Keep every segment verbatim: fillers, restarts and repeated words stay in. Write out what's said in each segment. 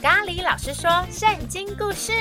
咖喱老师说圣经故事。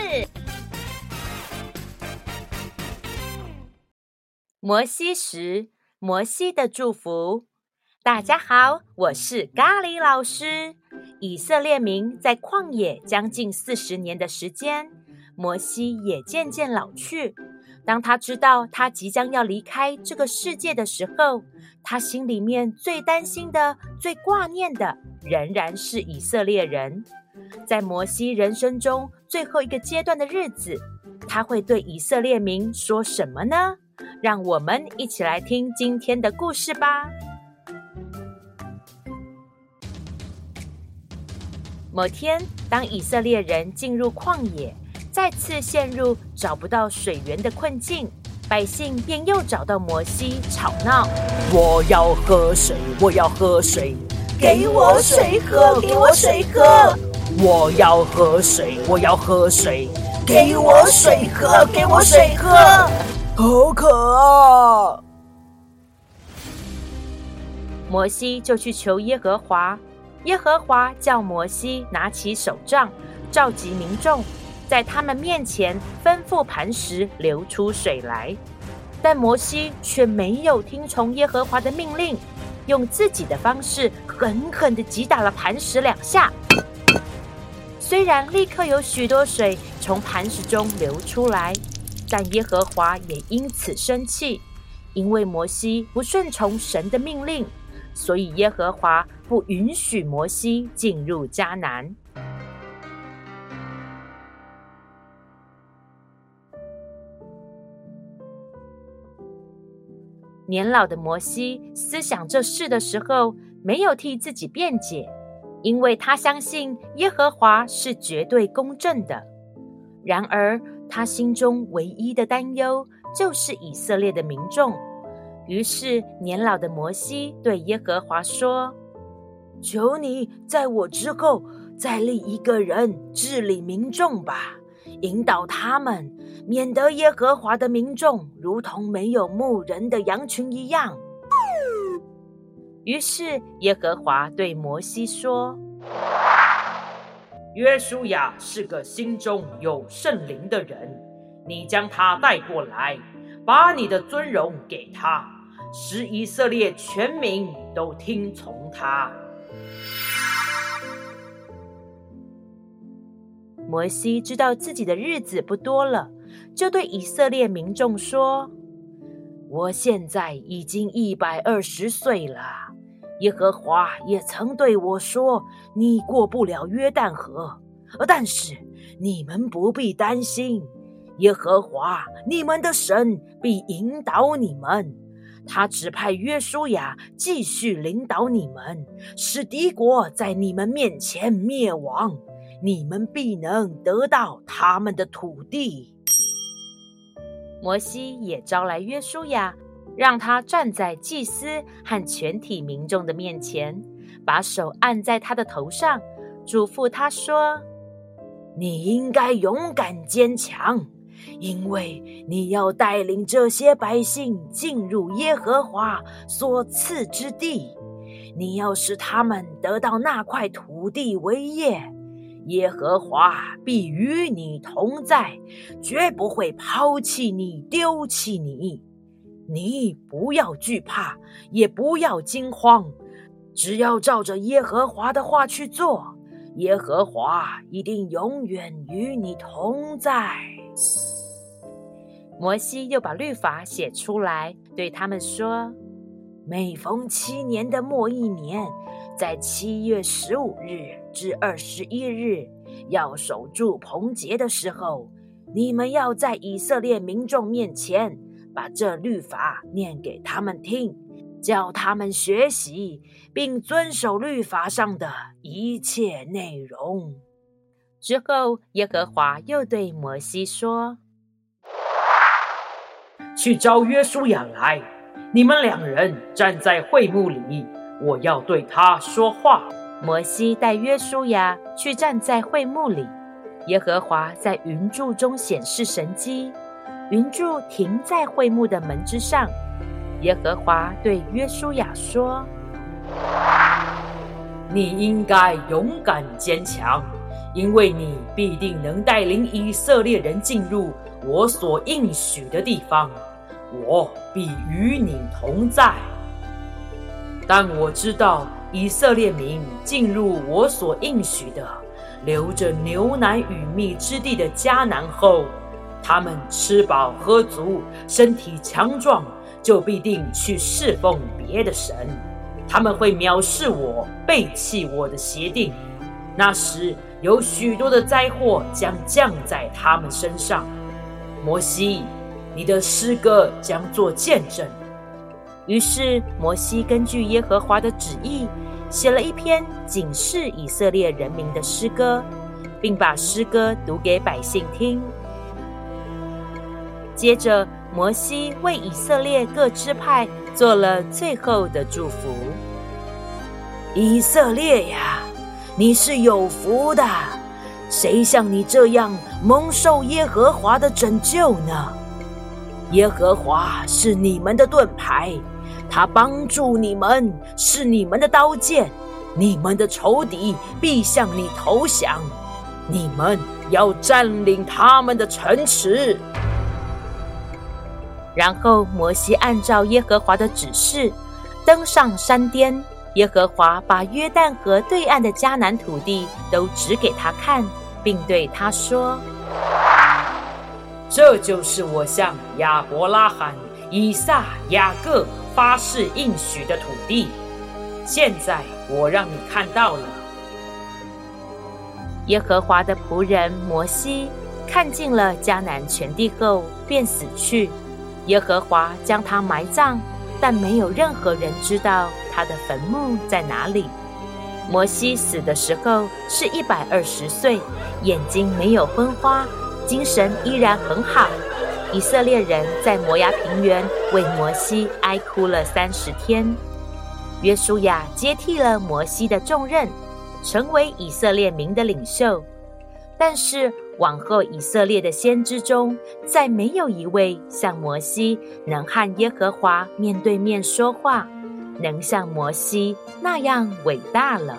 摩西时，摩西的祝福。大家好，我是咖喱老师。以色列民在旷野将近四十年的时间，摩西也渐渐老去。当他知道他即将要离开这个世界的时候，他心里面最担心的、最挂念的，仍然是以色列人。在摩西人生中最后一个阶段的日子，他会对以色列民说什么呢？让我们一起来听今天的故事吧。某天，当以色列人进入旷野，再次陷入找不到水源的困境，百姓便又找到摩西吵闹： 我要喝水，我要喝水， 给我水喝，给我水喝！ 我要喝水，我要喝水， 给我水喝，给我水喝！ 好渴啊！ 摩西就去求耶和华，耶和华叫摩西拿起手杖，召集民众，在他们面前吩咐磐石流出水来。但摩西却没有听从耶和华的命令，用自己的方式狠狠地击打了磐石两下。虽然立刻有许多水从磐石中流出来，但耶和华也因此生气，因为摩西不顺从神的命令，所以耶和华不允许摩西进入迦南。年老的摩西思想这事的时候，没有替自己辩解，因为他相信耶和华是绝对公正的。然而他心中唯一的担忧就是以色列的民众。于是年老的摩西对耶和华说： 求你在我之后再立一个人治理民众吧，引导他们，免得耶和华的民众如同没有牧人的羊群一样。 于是耶和华对摩西说： 约书亚是个心中有圣灵的人，你将他带过来，把你的尊荣给他，使以色列全民都听从他。 摩西知道自己的日子不多了，就对以色列民众说：我现在已经一百二十岁了，耶和华也曾对我说，你过不了约旦河，但是你们不必担心，耶和华你们的神必引导你们，他指派约书亚继续领导你们，使敌国在你们面前灭亡，你们必能得到他们的土地。摩西也招来约书亚，让他站在祭司和全体民众的面前，把手按在他的头上，嘱咐他说：你应该勇敢坚强，因为你要带领这些百姓进入耶和华所赐之地，你要使他们得到那块土地为业，耶和华必与你同在，绝不会抛弃你、丢弃你。你不要惧怕，也不要惊慌，只要照着耶和华的话去做，耶和华一定永远与你同在。摩西又把律法写出来，对他们说：每逢七年的末一年，在七月十五日至二十一日，要守住棚节的时候，你们要在以色列民众面前把这律法念给他们听，叫他们学习，并遵守律法上的一切内容。之后，耶和华又对摩西说： 去召约书亚来，你们两人站在会幕里，我要对他说话。 摩西带约书亚去站在会幕里，耶和华在云柱中显示神迹，云柱停在会幕的门之上。耶和华对约书亚说： 你应该勇敢坚强， 因为你必定能带领以色列人进入我所应许的地方，我必与你同在。但我知道以色列民进入我所应许的流着牛奶与蜜之地的迦南后，他们吃饱喝足，身体强壮，就必定去侍奉别的神。他们会藐视我，背弃我的协定。那时有许多的灾祸将降在他们身上。摩西，你的诗歌将做见证。 于是摩西根据耶和华的旨意，写了一篇警示以色列人民的诗歌，并把诗歌读给百姓听。接着摩西为以色列各支派做了最后的祝福。 以色列呀，你是有福的，谁像你这样蒙受耶和华的拯救呢？耶和华是你们的盾牌，他帮助你们，是你们的刀剑，你们的仇敌必向你投降，你们要占领他们的城池。 然后摩西按照耶和华的指示登上山巅，耶和华把约旦河对岸的迦南土地都指给他看，并对他说： 这就是我向亚伯拉罕、以撒、雅各发誓应许的土地，现在我让你看到了。 耶和华的仆人摩西看尽了迦南全地后，便死去。耶和华将他埋葬，但没有任何人知道他的坟墓在哪里。摩西死的时候是一百二十岁，眼睛没有昏花，精神依然很好。以色列人在摩押平原为摩西哀哭了三十天。约书亚接替了摩西的重任，成为以色列民的领袖。但是往后以色列的先知中，再没有一位像摩西能和耶和华面对面说话，能像摩西那样伟大了。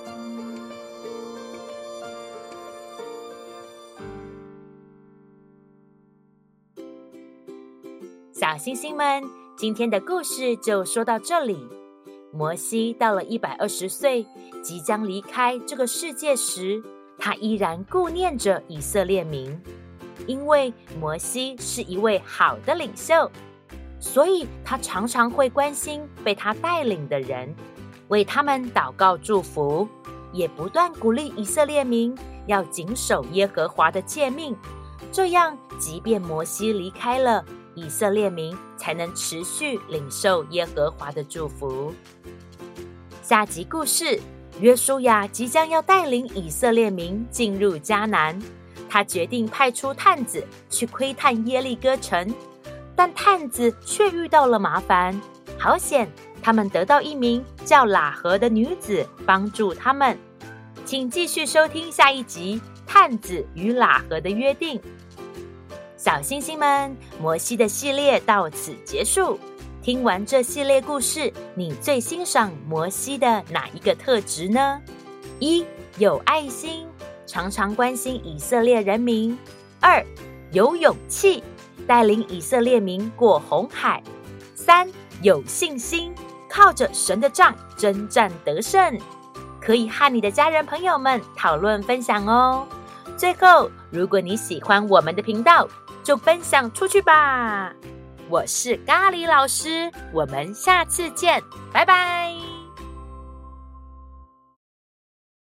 小星星们，今天的故事就说到这里。摩西到了一百二十岁，即将离开这个世界时，他依然顾念着以色列民，因为摩西是一位好的领袖，所以他常常会关心被他带领的人，为他们祷告祝福，也不断鼓励以色列民要谨守耶和华的诫命，这样即便摩西离开了，以色列民才能持续领受耶和华的祝福。下集故事，约书亚即将要带领以色列民进入迦南，他决定派出探子去窥探耶利哥城，但探子却遇到了麻烦。好险，他们得到一名叫喇合的女子帮助他们。请继续收听下一集《探子与喇合的约定》。小星星们，摩西的系列到此结束。听完这系列故事，你最欣赏摩西的哪一个特质呢？一、有爱心，常常关心以色列人民；二、有勇气，带领以色列民过红海；三、有信心，靠着神的杖征战得胜。可以和你的家人朋友们讨论分享哦。最后，如果你喜欢我们的频道，就分享出去吧。我是咖喱老师，我们下次见，拜拜。